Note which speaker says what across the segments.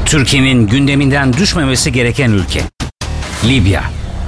Speaker 1: Türkiye'nin gündeminden düşmemesi gereken ülke. Libya.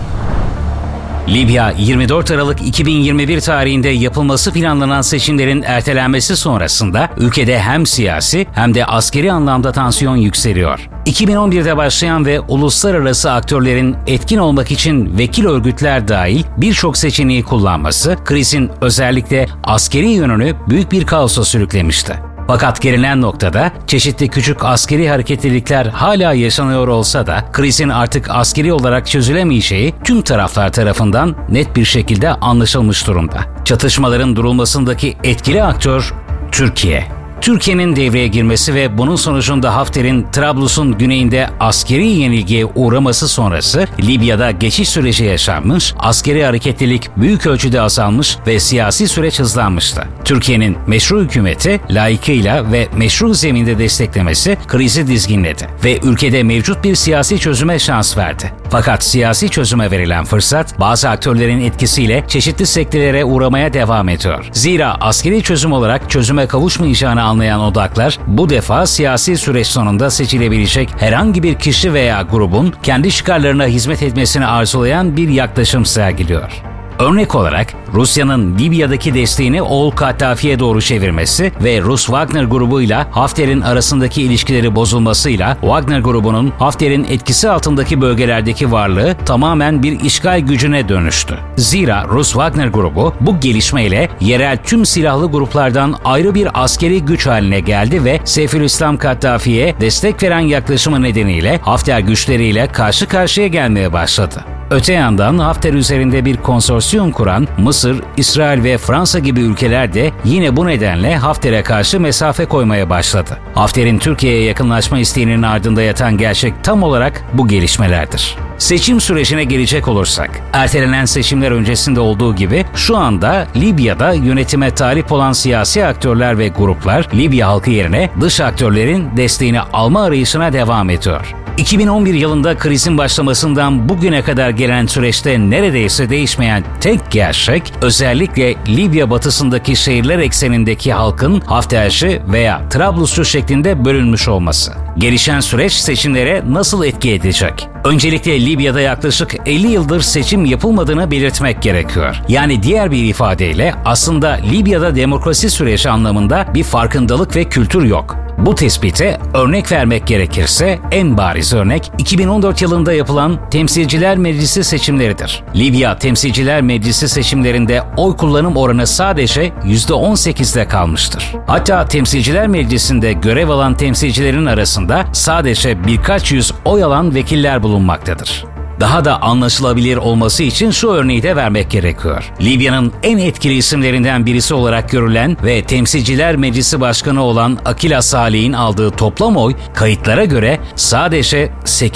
Speaker 1: Libya, 24 Aralık 2021 tarihinde yapılması planlanan seçimlerin ertelenmesi sonrasında ülkede hem siyasi hem de askeri anlamda tansiyon yükseliyor. 2011'de başlayan ve uluslararası aktörlerin etkin olmak için vekil örgütler dahil birçok seçeneği kullanması, krizin özellikle askeri yönünü büyük bir kaosa sürüklemişti. Fakat gelinen noktada çeşitli küçük askeri hareketlilikler hala yaşanıyor olsa da krizin artık askeri olarak çözülemeyeceği tüm taraflar tarafından net bir şekilde anlaşılmış durumda. Çatışmaların durulmasındaki etkili aktör Türkiye. Türkiye'nin devreye girmesi ve bunun sonucunda Hafter'in Trablus'un güneyinde askeri yenilgiye uğraması sonrası Libya'da geçiş süreci yaşanmış, askeri hareketlilik büyük ölçüde azalmış ve siyasi süreç hızlanmıştı. Türkiye'nin meşru hükümeti layıkıyla ve meşru zeminde desteklemesi krizi dizginledi ve ülkede mevcut bir siyasi çözüme şans verdi. Fakat siyasi çözüme verilen fırsat bazı aktörlerin etkisiyle çeşitli sektelere uğramaya devam ediyor. Zira askeri çözüm olarak çözüme kavuşmayacağını anlayan odaklar bu defa siyasi süreç sonunda seçilebilecek herhangi bir kişi veya grubun kendi çıkarlarına hizmet etmesini arzulayan bir yaklaşım sergiliyor. Örnek olarak Rusya'nın Libya'daki desteğini Oğul Kaddafi'ye doğru çevirmesi ve Rus Wagner grubuyla Hafter'in arasındaki ilişkileri bozulmasıyla Wagner grubunun Hafter'in etkisi altındaki bölgelerdeki varlığı tamamen bir işgal gücüne dönüştü. Zira Rus Wagner grubu bu gelişmeyle yerel tüm silahlı gruplardan ayrı bir askeri güç haline geldi ve Seyfülislam Kaddafi'ye destek veren yaklaşımı nedeniyle Hafter güçleriyle karşı karşıya gelmeye başladı. Öte yandan Hafter üzerinde bir konsorsiyum kuran Mısır, İsrail ve Fransa gibi ülkeler de yine bu nedenle Hafter'e karşı mesafe koymaya başladı. Hafter'in Türkiye'ye yakınlaşma isteğinin ardında yatan gerçek tam olarak bu gelişmelerdir. Seçim sürecine gelecek olursak, ertelenen seçimler öncesinde olduğu gibi şu anda Libya'da yönetime talip olan siyasi aktörler ve gruplar Libya halkı yerine dış aktörlerin desteğini alma arayışına devam ediyor. 2011 yılında krizin başlamasından bugüne kadar gelen süreçte neredeyse değişmeyen tek gerçek, özellikle Libya batısındaki şehirler eksenindeki halkın Hafterci veya Trablusçu şeklinde bölünmüş olması. Gelişen süreç seçimlere nasıl etki edecek? Öncelikle Libya'da yaklaşık 50 yıldır seçim yapılmadığını belirtmek gerekiyor. Yani diğer bir ifadeyle aslında Libya'da demokrasi süreci anlamında bir farkındalık ve kültür yok. Bu tespite örnek vermek gerekirse en bariz örnek 2014 yılında yapılan Temsilciler Meclisi seçimleridir. Libya Temsilciler Meclisi seçimlerinde oy kullanım oranı sadece %18'de kalmıştır. Hatta Temsilciler Meclisi'nde görev alan temsilcilerin arasında sadece birkaç yüz oy alan vekiller bulunmaktadır. Daha da anlaşılabilir olması için şu örneği de vermek gerekiyor. Libya'nın en etkili isimlerinden birisi olarak görülen ve Temsilciler Meclisi Başkanı olan Akila Salih'in aldığı toplam oy kayıtlara göre sadece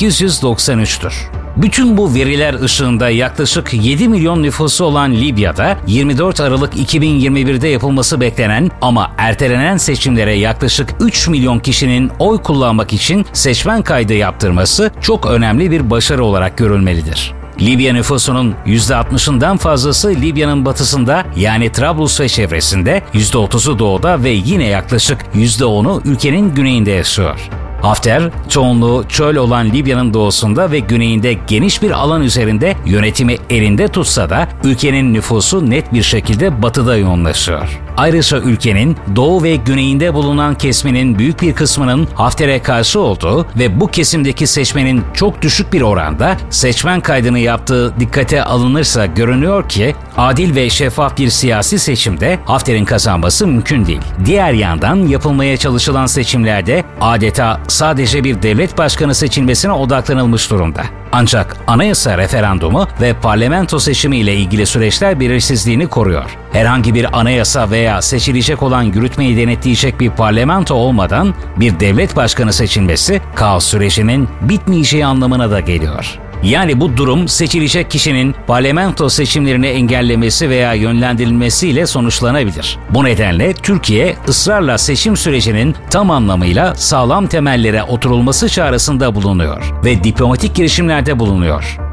Speaker 1: 893'tür. Bütün bu veriler ışığında yaklaşık 7 milyon nüfusu olan Libya'da 24 Aralık 2021'de yapılması beklenen ama ertelenen seçimlere yaklaşık 3 milyon kişinin oy kullanmak için seçmen kaydı yaptırması çok önemli bir başarı olarak görülmelidir. Libya nüfusunun %60'ından fazlası Libya'nın batısında yani Trablus ve çevresinde, %30'u doğuda ve yine yaklaşık %10'u ülkenin güneyinde yaşıyor. Hafter, çoğunluğu çöl olan Libya'nın doğusunda ve güneyinde geniş bir alan üzerinde yönetimi elinde tutsa da ülkenin nüfusu net bir şekilde batıda yoğunlaşıyor. Ayrıca ülkenin doğu ve güneyinde bulunan kesiminin büyük bir kısmının Hafter'e karşı olduğu ve bu kesimdeki seçmenin çok düşük bir oranda seçmen kaydını yaptığı dikkate alınırsa görünüyor ki adil ve şeffaf bir siyasi seçimde Hafter'in kazanması mümkün değil. Diğer yandan yapılmaya çalışılan seçimlerde adeta sadece bir devlet başkanı seçilmesine odaklanılmış durumda. Ancak anayasa referandumu ve parlamento seçimi ile ilgili süreçler belirsizliğini koruyor. Herhangi bir anayasa veya seçilecek olan yürütmeyi denetleyecek bir parlamento olmadan bir devlet başkanı seçilmesi kaos sürecinin bitmeyeceği anlamına da geliyor. Yani bu durum seçilecek kişinin parlamento seçimlerini engellemesi veya yönlendirilmesiyle sonuçlanabilir. Bu nedenle Türkiye ısrarla seçim sürecinin tam anlamıyla sağlam temellere oturulması çağrısında bulunuyor ve diplomatik girişimlerde bulunuyor.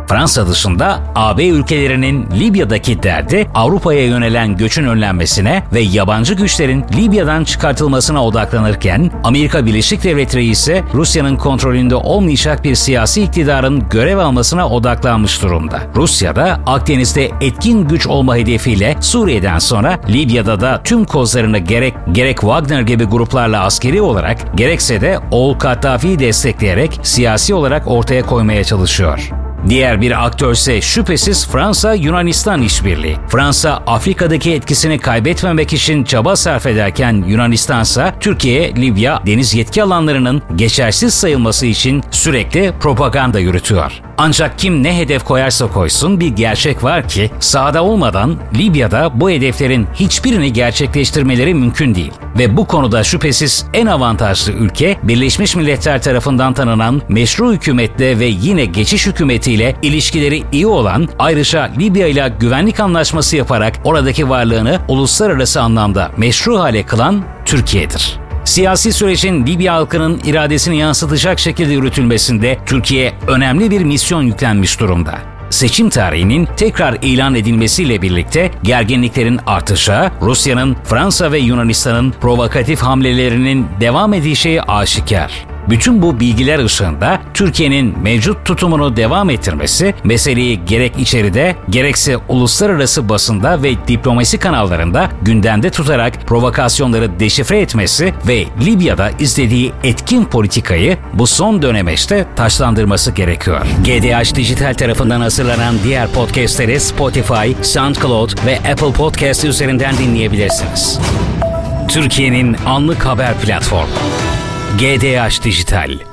Speaker 1: Fransa dışında AB ülkelerinin Libya'daki derdi Avrupa'ya yönelen göçün önlenmesine ve yabancı güçlerin Libya'dan çıkartılmasına odaklanırken, Amerika Birleşik Devletleri ise Rusya'nın kontrolünde olmayacak bir siyasi iktidarın görev almasına odaklanmış durumda. Rusya da Akdeniz'de etkin güç olma hedefiyle Suriye'den sonra Libya'da da tüm kozlarını gerek Wagner gibi gruplarla askeri olarak gerekse de Kaddafi'yi destekleyerek siyasi olarak ortaya koymaya çalışıyor. Diğer bir aktör ise şüphesiz Fransa-Yunanistan işbirliği. Fransa, Afrika'daki etkisini kaybetmemek için çaba sarf ederken Yunanistan ise Türkiye, Libya, deniz yetki alanlarının geçersiz sayılması için sürekli propaganda yürütüyor. Ancak kim ne hedef koyarsa koysun bir gerçek var ki sahada olmadan Libya'da bu hedeflerin hiçbirini gerçekleştirmeleri mümkün değil. Ve bu konuda şüphesiz en avantajlı ülke Birleşmiş Milletler tarafından tanınan meşru hükümetle ve yine geçiş hükümetiyle ilişkileri iyi olan, ayrıca Libya ile güvenlik anlaşması yaparak oradaki varlığını uluslararası anlamda meşru hale kılan Türkiye'dir. Siyasi sürecin Libya halkının iradesini yansıtacak şekilde yürütülmesinde Türkiye önemli bir misyon yüklenmiş durumda. Seçim tarihinin tekrar ilan edilmesiyle birlikte gerginliklerin artacağı, Rusya'nın Fransa ve Yunanistan'ın provokatif hamlelerinin devam edeceği aşikar. Bütün bu bilgiler ışığında Türkiye'nin mevcut tutumunu devam ettirmesi, meseleyi gerek içeride gerekse uluslararası basında ve diplomasi kanallarında gündemde tutarak provokasyonları deşifre etmesi ve Libya'da izlediği etkin politikayı bu son dönemeçte taçlandırması gerekiyor. GDH Dijital tarafından hazırlanan diğer podcastleri Spotify, SoundCloud ve Apple Podcast üzerinden dinleyebilirsiniz. Türkiye'nin anlık haber platformu GDH Dijital.